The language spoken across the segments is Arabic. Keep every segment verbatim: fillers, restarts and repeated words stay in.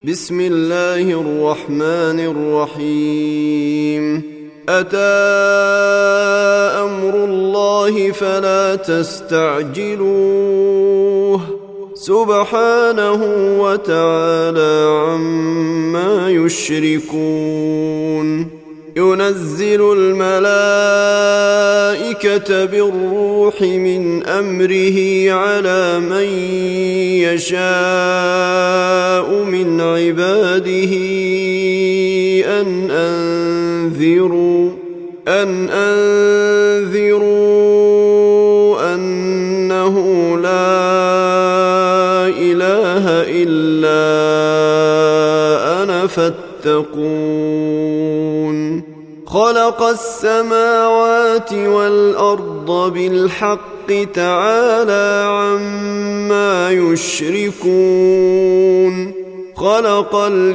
بسم الله الرحمن الرحيم أتى أمر الله فلا تستعجلوه سبحانه وتعالى عما يشركون ينزل الملائكة بالروح من أمره على من يشاء من عباده أن أنذروا أن أنذروا أنه لا إله إلا أنا فاتقون خلق السماوات والأرض بالحق تعالى عما يشركون خلق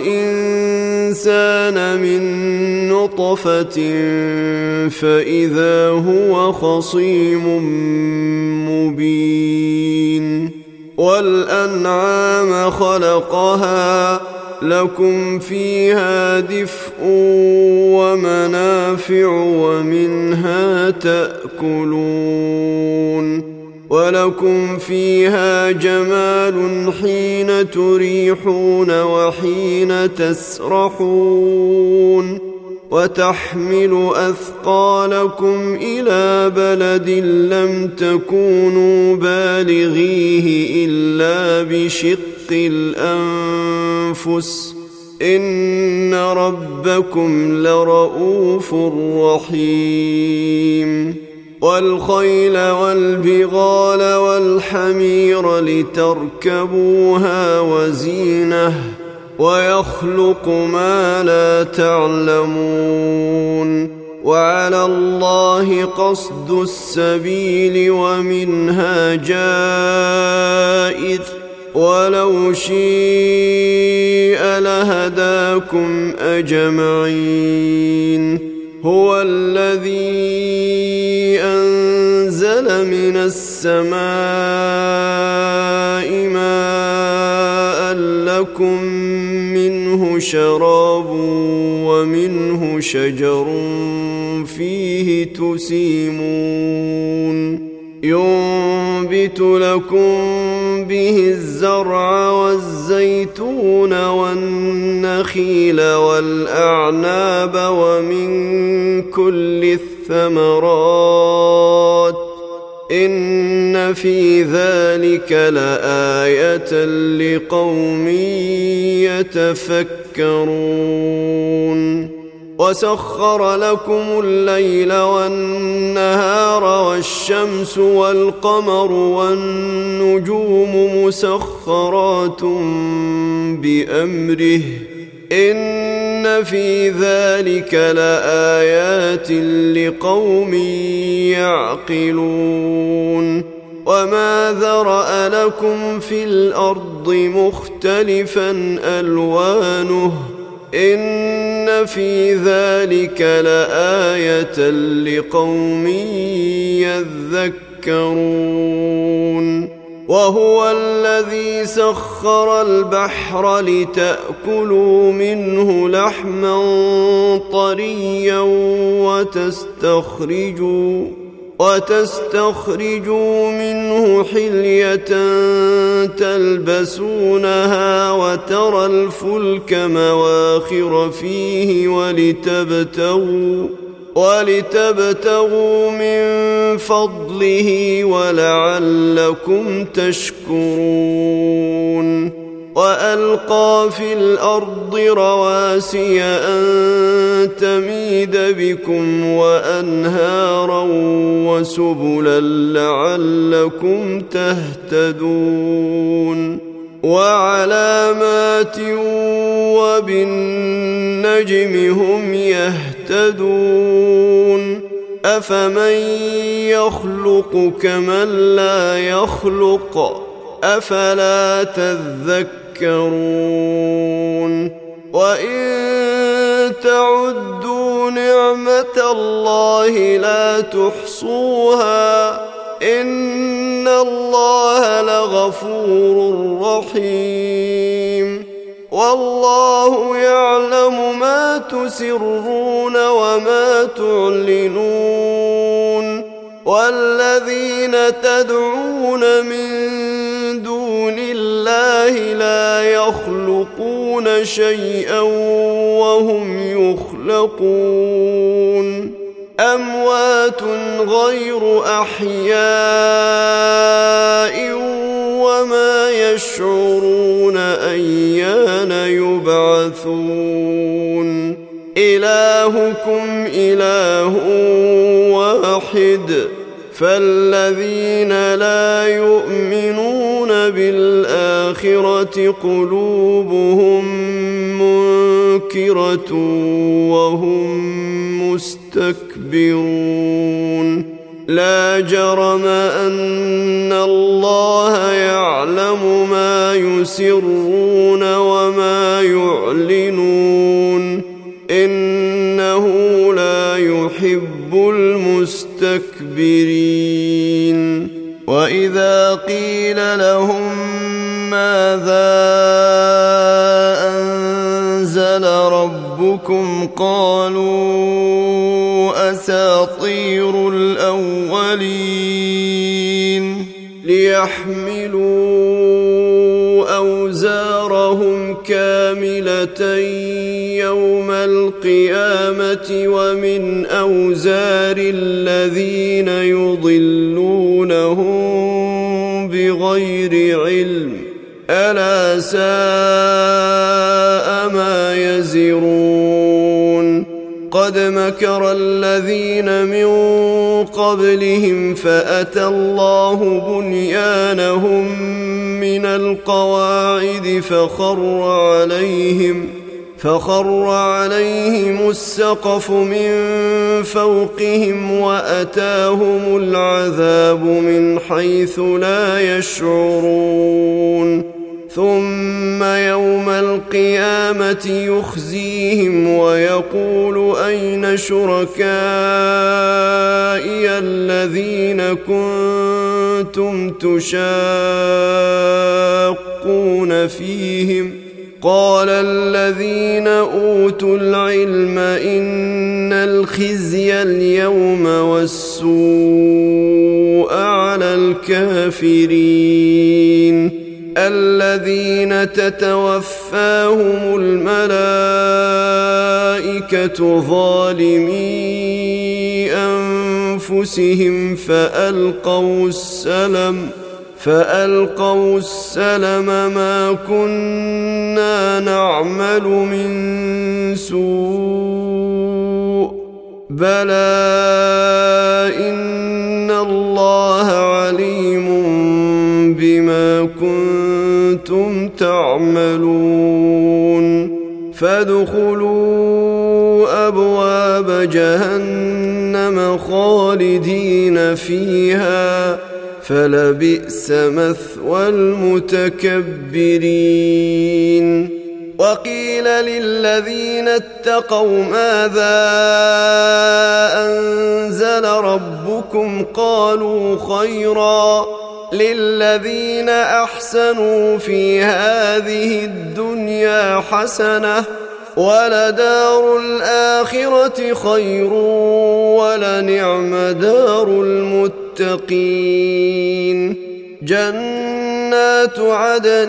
الإنسان من نطفة فإذا هو خصيم مبين والأنعام خلقها لكم فيها دفء ومنافع ومنها تأكلون ولكم فيها جمال حين تريحون وحين تسرحون وتحمل أثقالكم إلى بلد لم تكونوا بالغيه إلا بشق الأنفس إن ربكم لرؤوف رحيم والخيل والبغال والحمير لتركبوها وزينة ويخلق ما لا تعلمون وعلى الله قصد السبيل ومنها جائر ولو شيء لهداكم أجمعين هو الذي أنزل من السماء ماء لكم منه شراب ومنه شجر فيه تسيمون ينبت لكم به الزرع والزيتون والنخيل والأعناب ومن كل الثمرات إن في ذلك لآية لقوم يتفكرون وسخر لكم الليل والنهار والشمس والقمر والنجوم مسخرات بأمره إن في ذلك لآيات لقوم يعقلون وما ذرأ لكم في الأرض مختلفا ألوانه إن في ذلك لآية لقوم يذكرون وهو الذي سخر البحر لتأكلوا منه لحما طريا وتستخرجوا وتستخرجوا منه حلية تلبسونها وترى الفلك مواخر فيه ولتبتغوا ولتبتغوا من فضله ولعلكم تشكرون وألقى في الأرض رواسي أن تميد بكم وأنهارا وسبلا لعلكم تهتدون وعلامات وبالنجم هم يهتدون أفمن يخلق كمن لا يخلق أفلا تذكرون وإن تعدوا نعمة الله لا تحصوها إن الله لغفور رحيم والله والله يعلم ما تسرون وما تعلنون والذين تدعون من دون الله لا يخلقون شيئا وهم يخلقون أموات غير أحياء وما يشعرون أيان يبعثون إلهكم إله واحد فالذين لا يؤمنون بالآخرة قلوبهم منكرة وهم مستكبرون لا جرم أن الله يعلم ما يسرون وما يعلنون إنه لا يحب المستكبرين وإذا قيل لهم ماذا أنزل ربكم قالوا أساطير الأولين ليحملوا أوزارهم كاملة يوم القيامة ومن أوزار الذين يضلونهم بغير علم ألا ساء ما يزرون قد مكر الذين من قبلهم فأتى الله بنيانهم من القواعد فخر عليهم فخر عليهم السقف من فوقهم وأتاهم العذاب من حيث لا يشعرون ثم يوم القيامة يخزيهم ويقول أين شركائي الذين كنتم تشاقون فيهم قال الذين أوتوا العلم إن الخزي اليوم والسوء على الكافرين الذين تتوفاهم الملائكة ظالمي أنفسهم فألقوا السلم فألقوا السلم ما كنا نعمل من سوء بلى إن الله عليم بما كنتم تعملون فادخلوا أبواب جهنم خالدين فيها فلبئس مثوى المتكبرين وقيل للذين اتقوا ماذا أنزل ربكم قالوا خيرا للذين أحسنوا في هذه الدنيا حسنة ولدار الآخرة خير ولنعم دار المتقين جنات عدن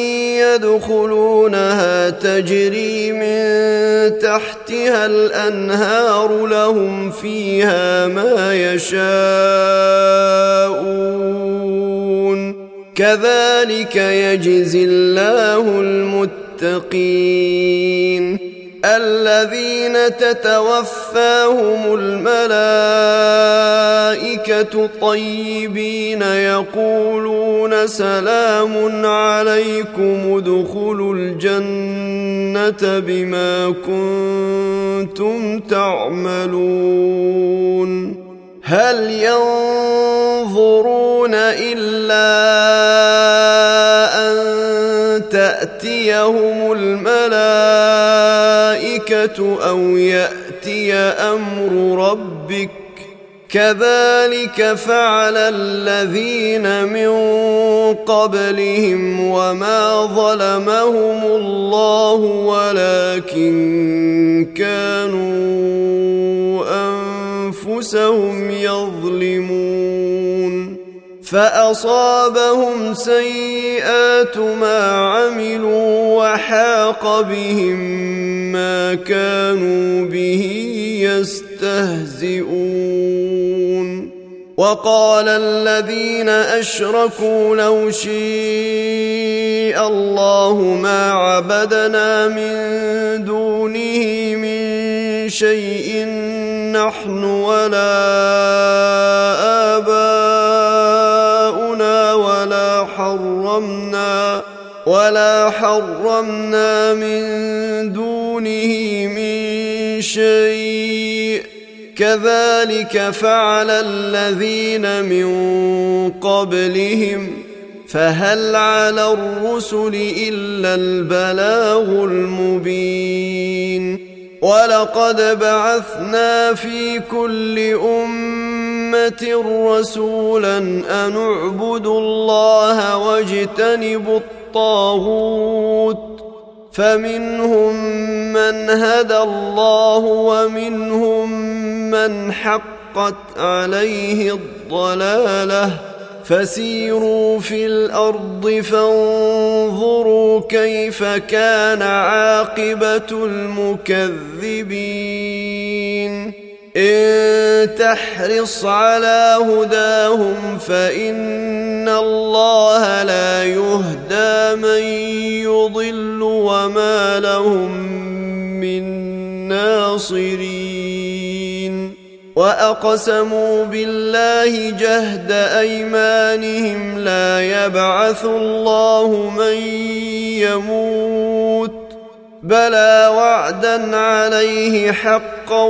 يدخلونها تجري من تحتها الأنهار لهم فيها ما يشاءون كذلك يجزي الله المتقين الذين تتوفاهم الملائكة طيبين يقولون سلام عليكم ادخلوا الجنة بما كنتم تعملون هل ينظرون إلا أن تأتيهم الملائكة أو يأتي أمر ربك كذلك فعل الذين من قبلهم وما ظلمهم الله ولكن كانوا أنفسهم يظلمون فأصابهم سيئات ما عملوا وحاق بهم ما كانوا به يستهزئون وقال الذين أشركوا لو شاء الله ما عبدنا من دونه من شيء نحن ولا آباؤنا ولا حرمنا ولا حرمنا من دونه من شيء كذلك فعل الذين من قبلهم فهل على الرسل إلا البلاغ المبين ولقد بعثنا في كل أمة رسولا أن اعبدوا الله واجتنبوا الطاغوت فمنهم من هدى الله ومنهم من حقت عليه الضلالة فسيروا في الأرض فانظروا كيف كان عاقبة المكذبين إن تحرص على هداهم فإن الله لا يهدى من يضل وما لهم من ناصرين وأقسموا بالله جهد أيمانهم لا يبعث الله من يموت بلى وعدا عليه حقا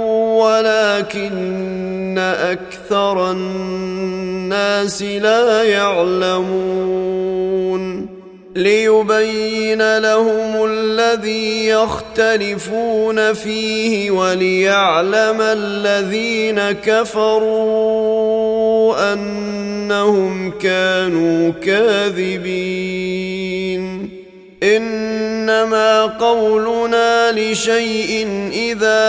ولكن أكثر الناس لا يعلمون ليبين لهم الذي يختلفون فيه وليعلم الذين كفروا أنهم كانوا كاذبين إنما قولنا لشيء إذا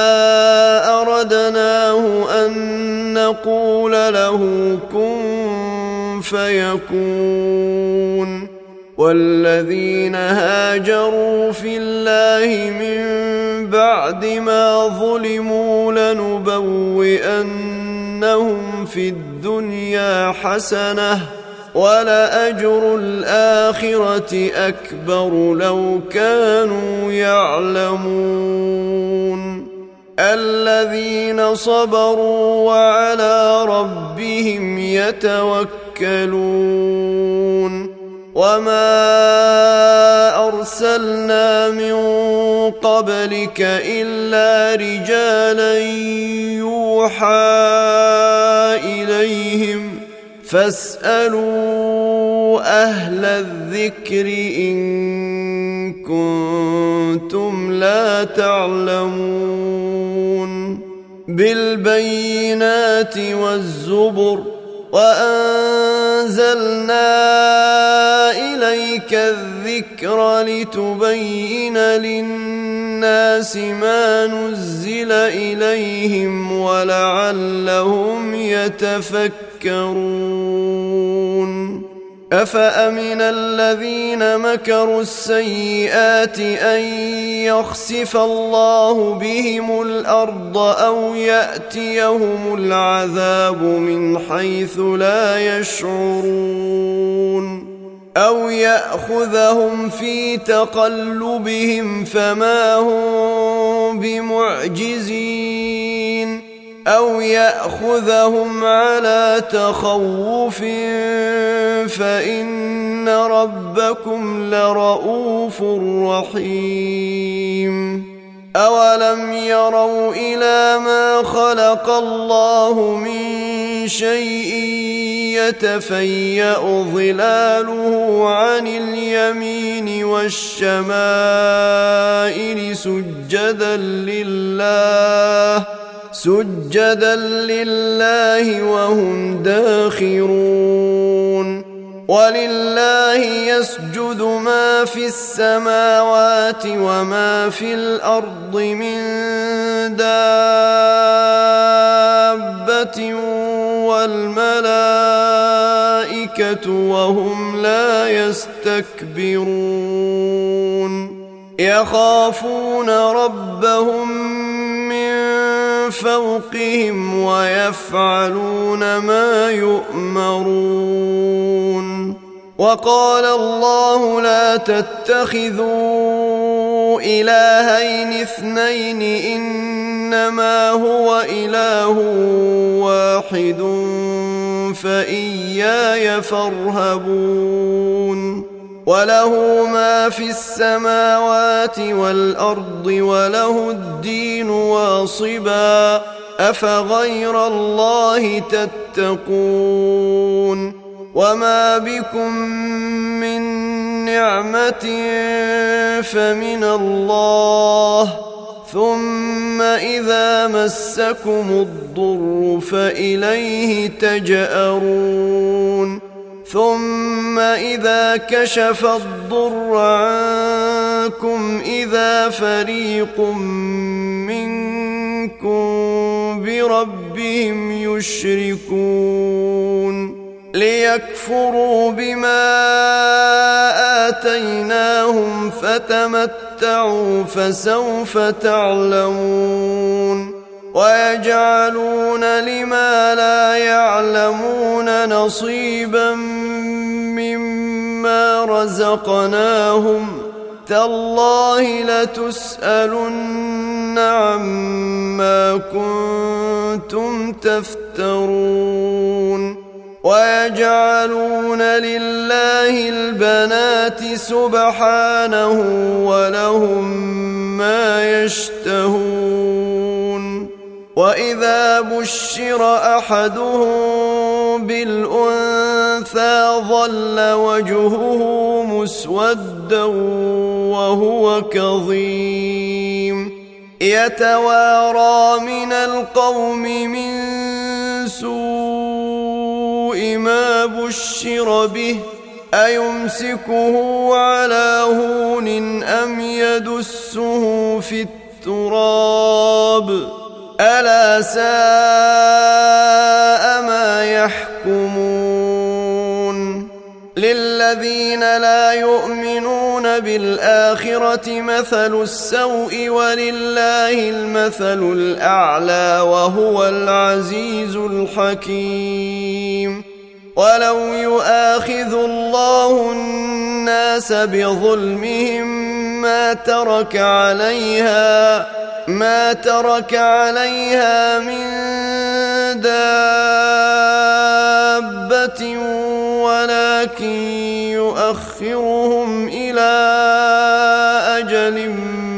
أردناه أن نقول له كن فيكون والذين هاجروا في الله من بعد ما ظلموا لنبوئنهم في الدنيا حسنة ولأجر الآخرة أكبر لو كانوا يعلمون الذين صبروا وعلى ربهم يتوكلون وما أرسلنا من قبلك إلا رجالا يوحى إليهم فاسألوا أهل الذكر إن كنتم لا تعلمون بالبينات والزبر وأنزلنا إليك الذكر لتبين للناس ما نزل إليهم ولعلهم يتفكرون أفأمن الذين مكروا السيئات أن يخسف الله بهم الأرض أو يأتيهم العذاب من حيث لا يشعرون أو يأخذهم في تقلبهم فما هم بمعجزين أو يأخذهم على تخوف فإن ربكم لرؤوف رحيم أولم يروا إلى ما خلق الله من شيء يتفيأ ظلاله عن اليمين والشمائل سجدا لله سجدا لله وهم داخرون ولله يسجد ما في السماوات وما في الأرض من دابة والملائكة وهم لا يستكبرون يخافون ربهم من فوقهم ويفعلون ما يؤمرون وقال الله لا تتخذوا إلهين اثنين إنما هو إله واحد فإياي فارهبون وله ما في السماوات والأرض وله الدين واصبا أفغير الله تتقون وما بكم من نعمة فمن الله ثم إذا مسكم الضر فإليه تجأرون ثم إذا كشف الضر عنكم إذا فريق منكم بربهم يشركون ليكفروا بما آتيناهم فتمتعوا فسوف تعلمون ويجعلون لما لا يعلمون نصيبا مما رزقناهم تالله لتسألن عما كنتم تفترون ويجعلون لله البنات سبحانه ولهم ما يشتهون وإذا بشر أحدهم بالأنثى ظل وجهه مسودا وهو كظيم يتوارى من القوم من سوء ما بشر به أيمسكه على هون أم يدسه في التراب ألا ساء ما يحكمون للذين لا يؤمنون بالآخرة مثل السوء ولله المثل الأعلى وهو العزيز الحكيم ولو يؤاخذ الله الناس بظلمهم ما ترك عليها ما ترك عليها من دابة ولكن يؤخرهم إلى أجل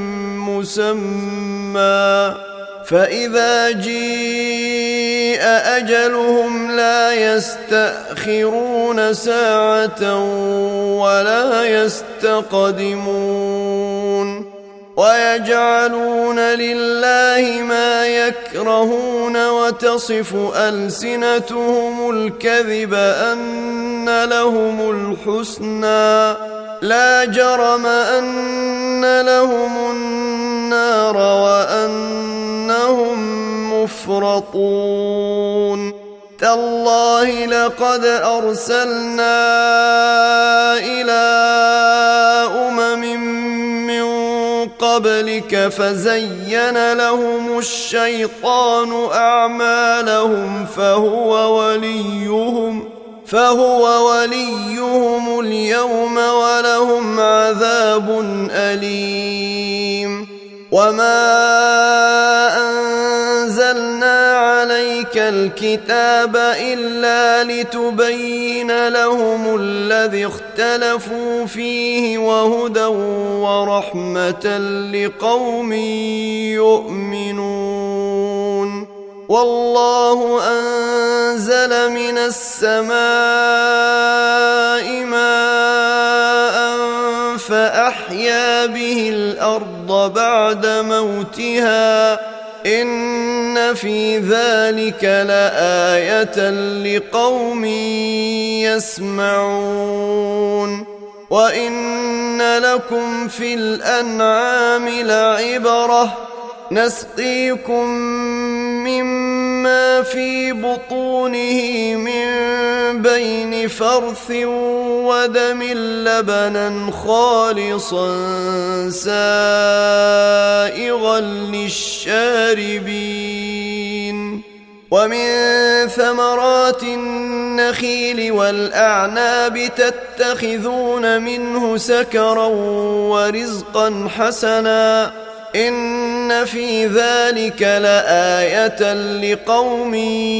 مسمى فإذا جيء أجلهم لا يستأخرون ساعة ولا يستقدمون ويجعلون لله ما يكرهون وتصف ألسنتهم الكذب أن لهم الحسنى لا جرم أن لهم النار وأنهم مفرطون تالله لقد أرسلنا إلى أمم من قبلك فزين لهم الشيطان أعمالهم فهو وليهم فهو وليهم اليوم ولهم عذاب أليم وما أنزلنا عليك الكتاب إلا لتبين لهم الذي اختلفوا فيه وهدى ورحمة لقوم يؤمنون والله أنزل من السماء ماء فأحيا به الأرض بعد موتها إن في ذلك لآية لقوم يسمعون وإن لكم في الأنعام لعبرة نسقيكم مما في بطونه من بين فرث ودم لبنا خالصا سائغا للشاربين ومن ثمرات النخيل والأعناب تتخذون منه سكرا ورزقا حسنا إن في ذلك لآية لقوم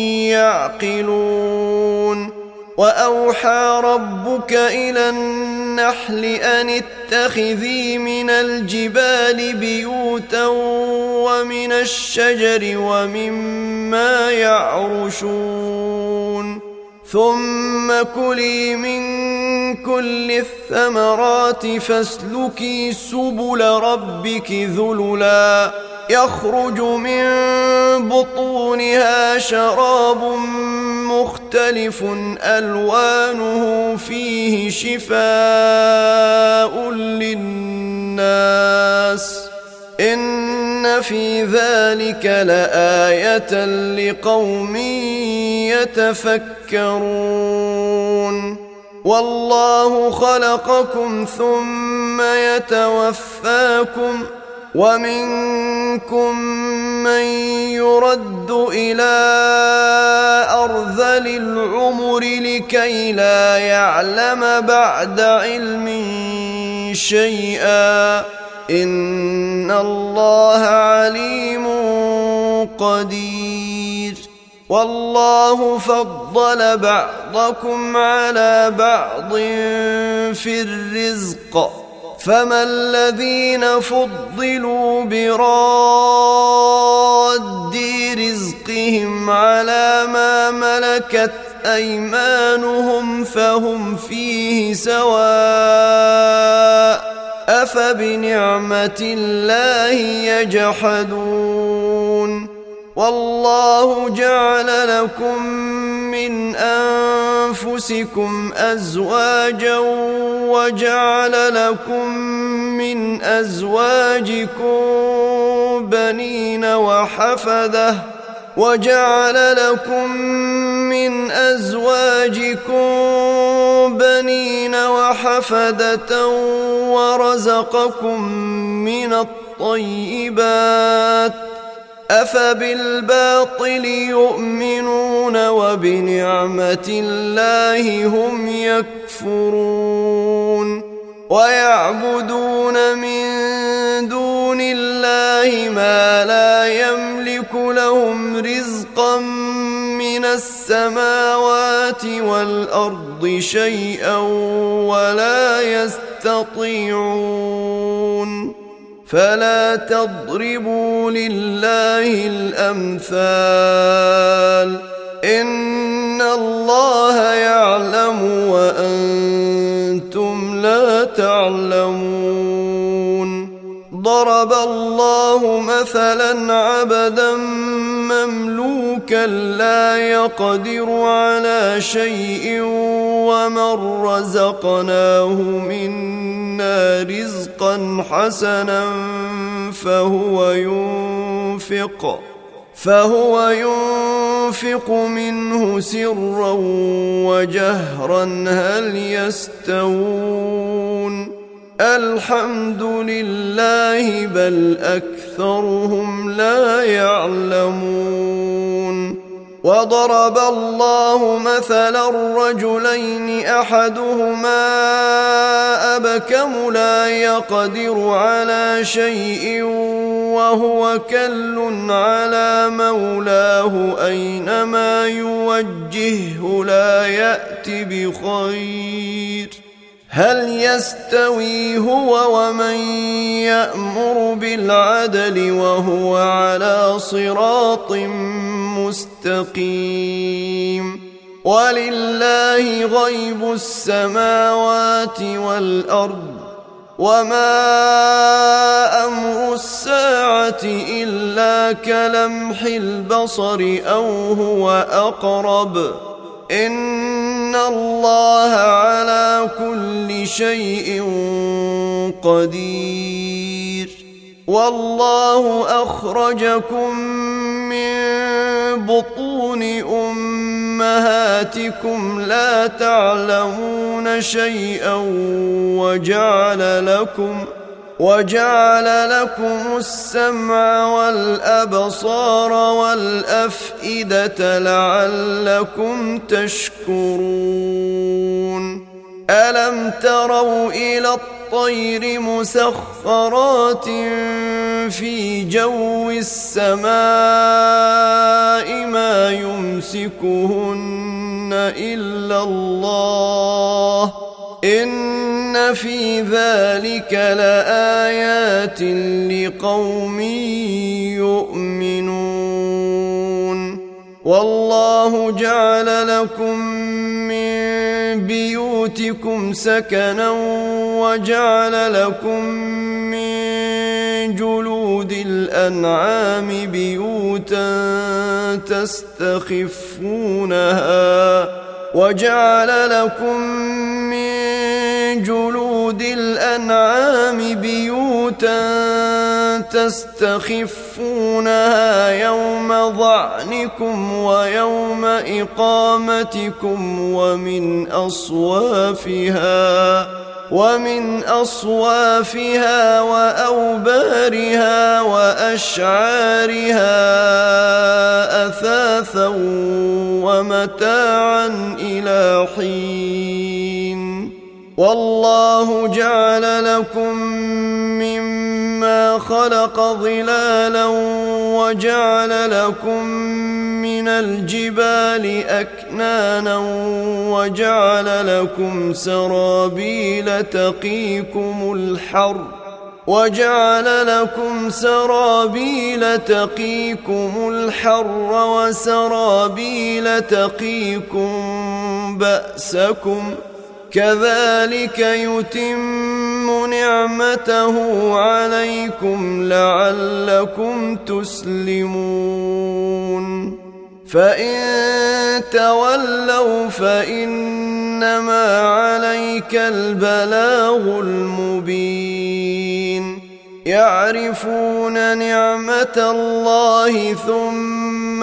يعقلون وأوحى ربك إلى النحل أن اتخذي من الجبال بيوتا ومن الشجر ومما يعرشون ثم كلي من كل الثمرات فاسلكي سبل ربك ذللا يخرج من بطونها شراب مختلف ألوانه فيه شفاء للناس إن في ذلك لآية لقوم يتفكرون والله خلقكم ثم يتوفاكم ومنكم من يرد إلى أرذل العمر لكي لا يعلم بعد علم شيئا إن الله عليم قدير والله فضل بعضكم على بعض في الرزق فما الذين فضلوا براد رزقهم على ما ملكت أيمانهم فهم فيه سواء أفبنعمة الله يجحدون والله جعل لكم من أنفسكم أزواجا وجعل لكم من أزواجكم بنين وحفدة وجعل لكم من أزواجكم بنين وحفدة ورزقكم من الطيبات أفبالباطل يؤمنون وبنعمة الله هم يكفرون ويعبدون من دون الله ما لا يملك لهم رزقا من السماوات والأرض شيئا ولا يستطيعون فلا تضربوا لله الأمثال إن الله يعلم وأنتم لا تعلمون ضرب الله مثلا عبدا مملوكا لا يقدر على شيء ومن رزقناه منا رزقا حسنا فهو ينفق فهو ينفق منه سرا وجهرا هل يستوون الحمد لله بل أكثرهم لا يعلمون وضرب الله مثلا رجلين أحدهما أبكم لا يقدر على شيء وهو كل على مولاه أينما يوجهه لا يأتي بخير هل يستوي هو ومن يأمر بالعدل وهو على صراط مستقيم ولله غيب السماوات والأرض وما أمر الساعة إلا إما كلمح البصر أو هو أقرب إن الله على كل شيء قدير والله أخرجكم من بطون أمهاتكم لا تعلمون شيئا وجعل لكم وجعل لكم السمع والأبصار والأفئدة لعلكم تشكرون ألم تروا إلى الطير مسخرات في جو السماء ما يمسكهن إلا الله إن في ذلك لآيات لقوم يؤمنون والله جعل لكم من بيوتكم سكنا وجعل لكم من جلود الأنعام بيوتا تستخفونها وجعل لكم من جلود الأنعام بيوتا تستخفونها يوم ظعنكم ويوم إقامتكم ومن أصوافها ومن أصوافها وأوبارها وأشعارها أثاثا ومتاعا إلى حين والله جعل لكم مما خلق ظلالا وجعل لكم من الجبال أكنانا وجعل لكم سرابيل تقيكم الحر وجعل لكم سرابيل تقيكم الحر وسرابيل تقيكم بأسكم كذلك يتم نعمته عليكم لعلكم تسلمون فإن تولوا فإنما عليك البلاغ المبين يعرفون نعمة الله ثم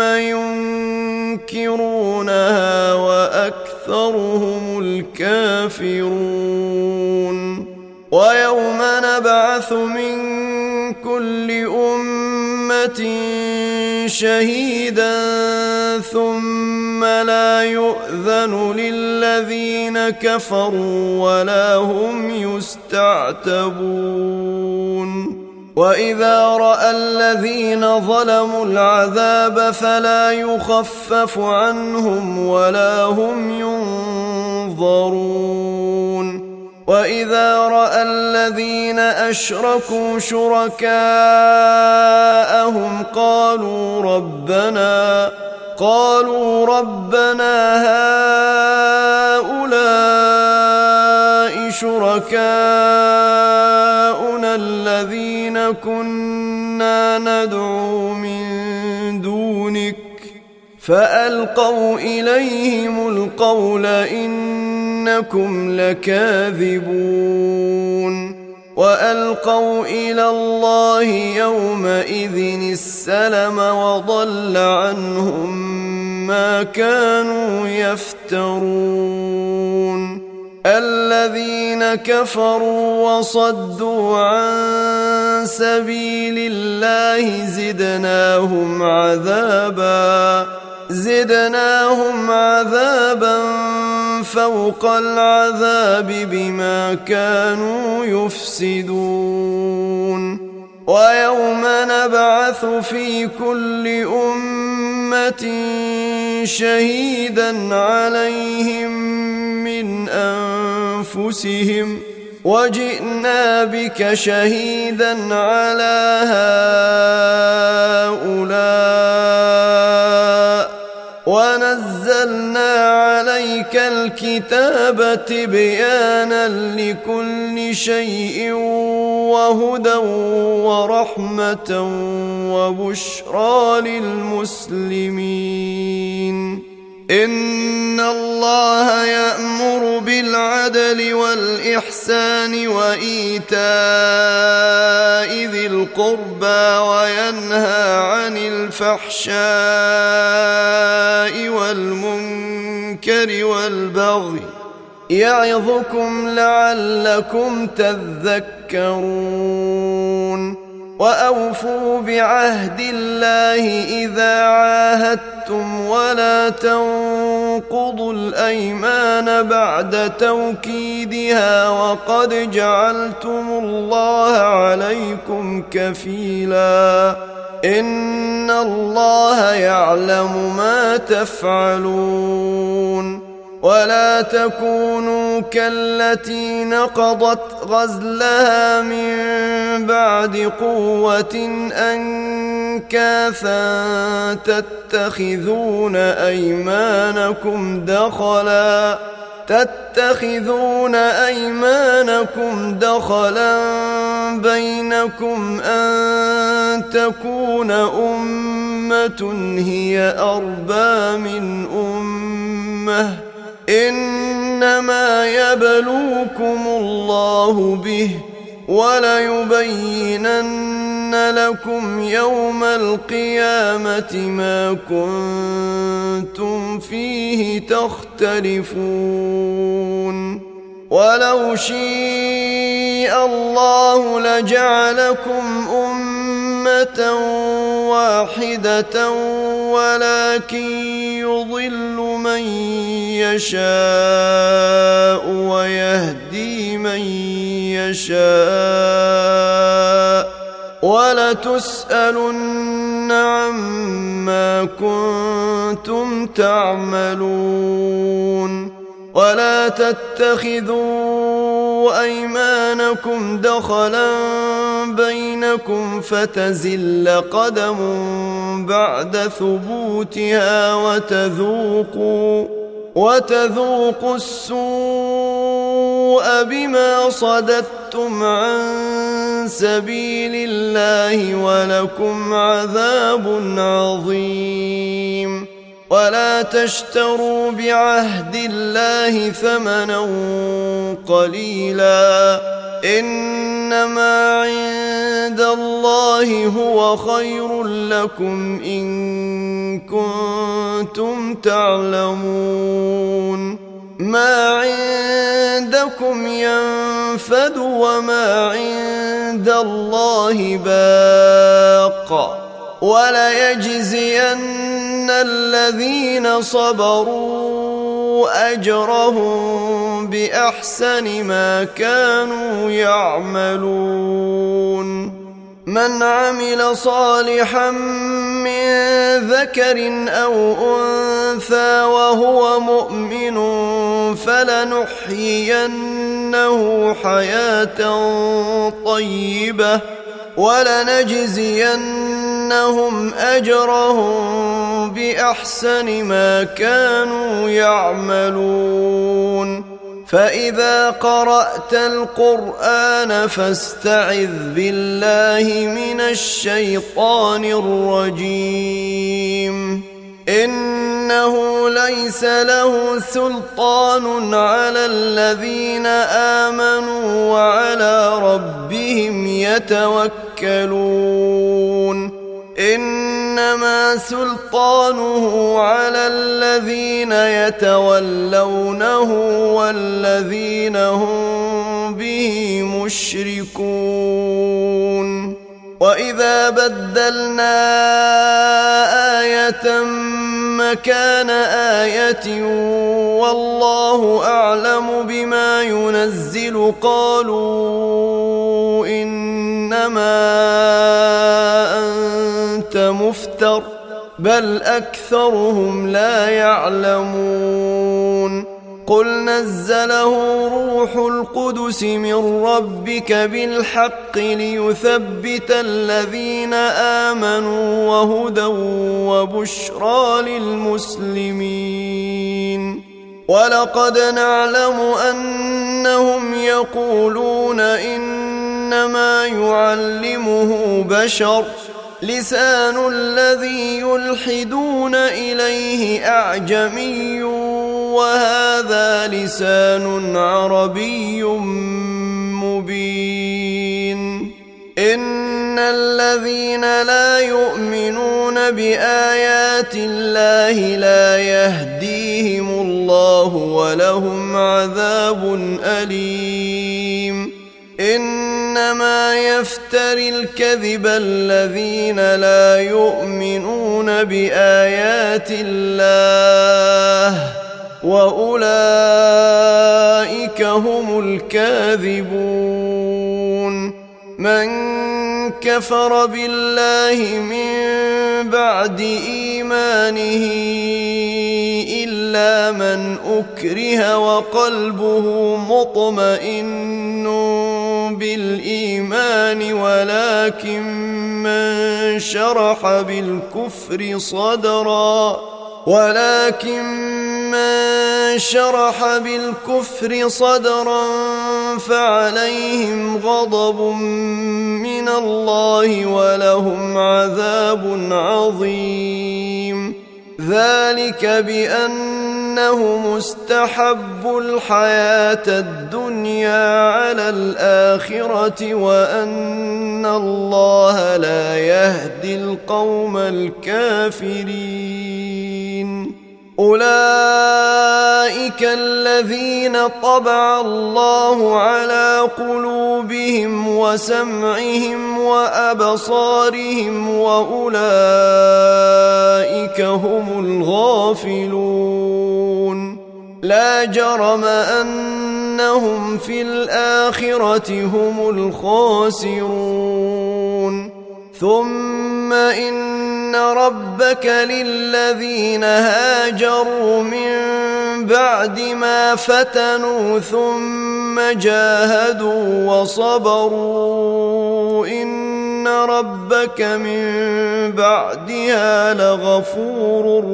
ينكرونها وأكثرهم الكافرون ويوم نبعث من كل أمة شهيدا ثم لا يؤذن للذين كفروا ولا هم يستعتبون وإذا رأى الذين ظلموا العذاب فلا يخفف عنهم ولا هم ينظرون وإذا رأى الذين أشركوا شركاءهم قالوا ربنا قالوا ربنا هؤلاء شركاؤنا الذين كنا ندعو من دونك فألقوا إليهم القول إنكم لكاذبون وألقوا إلى الله يومئذ السلم وضل عنهم ما كانوا يفترون الذين كفروا وصدوا عن سبيل الله زدناهم عذابا زدناهم عذابا فوق العذاب بما كانوا يفسدون ويوم نبعث في كل أمة شهيدا عليهم من أنفسهم وجئنا بك شهيدا على هؤلاء ونزلنا عليك الكتاب تبيانا لكل شيء وهدى ورحمة وبشرى للمسلمين. إن الله يأمر بالعدل والإحسان وإيتاء ذي القربى وينهى عن الفحشاء والمنكر والبغي يعظكم لعلكم تذكرون. وأوفوا بعهد الله إذا عاهدتم ولا تنقضوا الأيمان بعد توكيدها وقد جعلتم الله عليكم كفيلا إن الله يعلم ما تفعلون. ولا تكونوا كالتي نقضت غزلها من بعد قوة أنكاثا تتخذون أيمانكم دخلا تتخذون أيمانكم دخلا بينكم أن تكون أمة هي أربى من أمة إنما يبلوكم الله به وليبينن لكم يوم القيامة ما كنتم فيه تختلفون. ولو شاء الله لجعلكم أمة واحدة ولكن يضل من يشاء ويهدي من يشاء ولتسألن عما كنتم تعملون. ولا تتخذوا أيمانكم دخلا بينكم فتزل قدم بعد ثبوتها وتذوقوا وتذوقوا السوء بما صددتم عن سبيل الله ولكم عذاب عظيم. ولا تشتروا بعهد الله ثمنا قليلا إنما عند الله هو خير لكم إن كنتم تعلمون. ما عندكم ينفد وما عند الله باق وليجزين الذين صبروا أجرهم بأحسن ما كانوا يعملون. من عمل صالحا من ذكر أو أنثى وهو مؤمن فلنحيينه حياة طيبة ولنجزينهم أجرهم بأحسن ما كانوا يعملون. فإذا قرأت القرآن فاستعذ بالله من الشيطان الرجيم إنه ليس له سلطان على الذين آمنوا وعلى ربهم يتوكلون. إنما سلطانه على الذين يتولونه والذين هم به مشركون. وإذا بدلنا آية مكان آية والله أعلم بما ينزل قالوا إنما أنت مفتر بل أكثرهم لا يعلمون. قل نزله روح القدس من ربك بالحق ليثبت الذين آمنوا وهدى وبشرى للمسلمين. ولقد نعلم أنهم يقولون إنما يعلمه بشر لسان الذي يلحدون إليه أعجمي وهذا لسان عربي مبين إن الذين لا يؤمنون بآيات الله لا يهديهم الله ولهم عذاب أليم إنما يفتري الكذب الذين لا يؤمنون بآيات الله وأولئك هم الكاذبون من كفر بالله من بعد إيمانه إلا من أكره وقلبه مطمئن بالإيمان ولكن من شرح بالكفر صدرا ولكن من شرح بالكفر صدرا فعليهم غضب من الله ولهم عذاب عظيم ذلك بأنهم استحبوا الحياة الدنيا على الآخرة وأن الله لا يهدي القوم الكافرين أولئك الذين طبع الله على قلوبهم وسمعهم وأبصارهم وأولئك هم الغافلون لا جرم أنهم في الآخرة هم الخاسرون ثم إن ربك للذين هاجروا من بعد ما فتنوا ثم جاهدوا وصبروا إن ربك من بعدها لغفور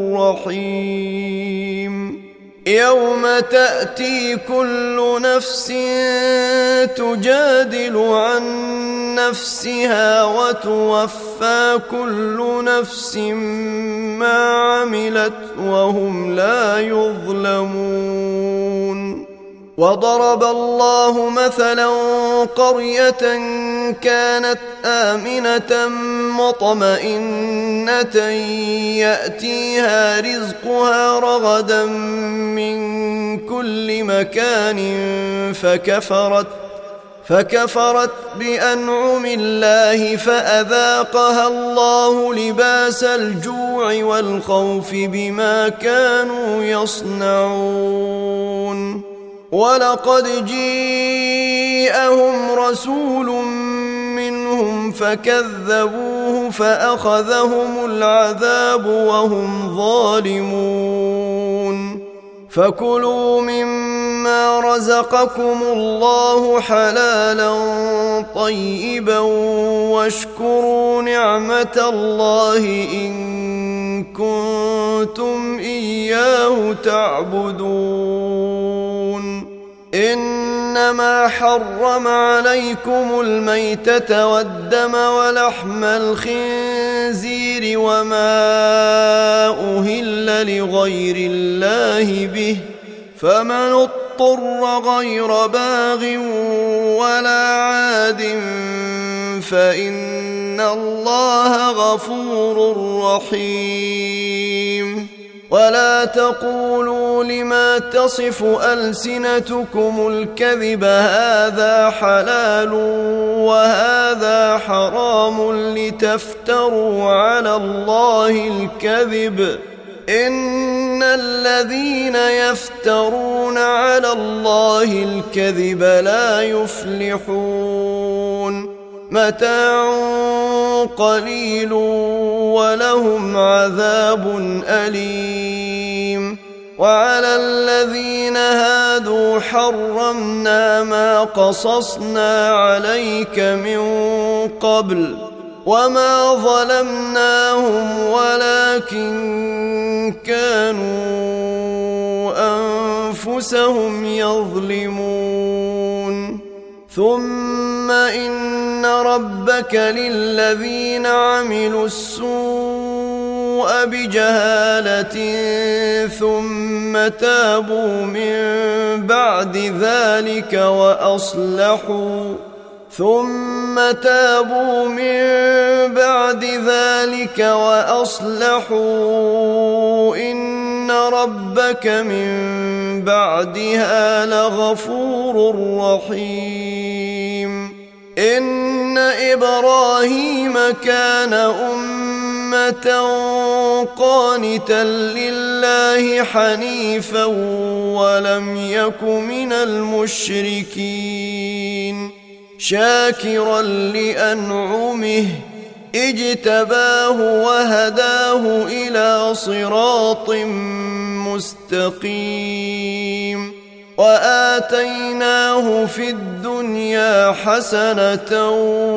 رحيم يوم تأتي كل نفس تجادل عن نفسها وتوفى كل نفس ما عملت وهم لا يظلمون وضرب الله مثلا قرية كانت آمنة مطمئنة يأتيها رزقها رغدا من كل مكان فكفرت فكفرت بأنعم الله فأذاقها الله لباس الجوع والخوف بما كانوا يصنعون ولقد جاءهم رسول منهم فكذبوه فأخذهم العذاب وهم ظالمون فكلوا مما رزقكم الله حلالا طيبا واشكروا نعمة الله إن كنتم إياه تعبدون إنما حرم عليكم الميتة والدم ولحم الخنزير وما أهل لغير الله به فمن اضطر غير باغ ولا عاد فإن الله غفور رحيم ولا تقولوا لما تصف ألسنتكم الكذب هذا حلال وهذا حرام لتفتروا على الله الكذب إن الذين يفترون على الله الكذب لا يفلحون متاع قليل ولهم عذاب أليم وعلى الذين هادوا حرمنا ما قصصنا عليك من قبل وما ظلمناهم ولكن كانوا أنفسهم يظلمون ثم إن ربك للذين عملوا السوء بجهالة ثم تابوا من بعد ذلك وأصلحوا ثم تابوا من بعد ذلك وأصلحوا إن ربك من بعدها لغفور رحيم إن إبراهيم كان أمة قانتا لله حنيفا ولم يك من المشركين شاكرا لأنعمه اجتباه وهداه إلى صراط مستقيم وآتيناه في الدنيا حسنة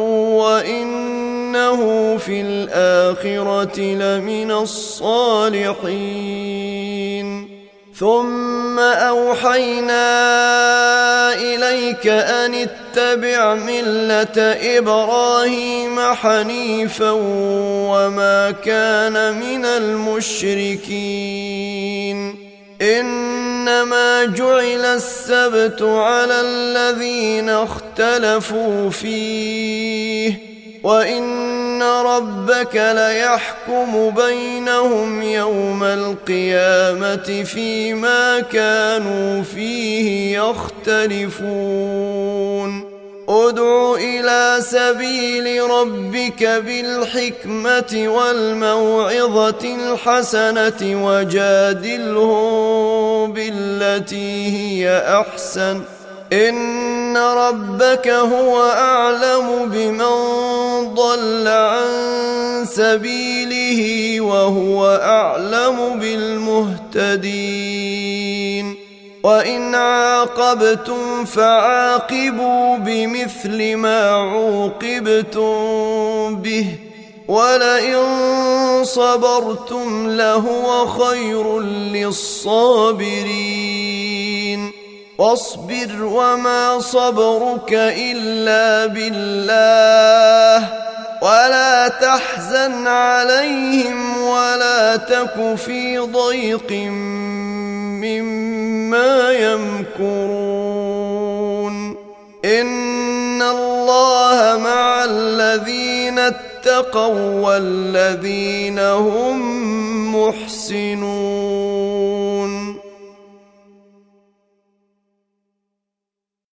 وإنه في الآخرة لمن الصالحين ثم أوحينا إليك أن اتبع ملة إبراهيم حنيفا وما كان من المشركين إنما جعل السبت على الذين اختلفوا فيه وإن ربك ليحكم بينهم يوم القيامة فيما كانوا فيه يختلفون ادع إلى سبيل ربك بالحكمة والموعظة الحسنة وجادلهم بالتي هي أحسن إن ربك هو أعلم بمن ضل عن سبيله وهو أعلم بالمهتدين وإن عاقبتم فعاقبوا بمثل ما عوقبتم به ولئن صبرتم لهو خير للصابرين واصبر وما صبرك إلا بالله ولا تحزن عليهم ولا تك في ضيق مما يمكرون إن الله مع الذين اتقوا والذين هم محسنون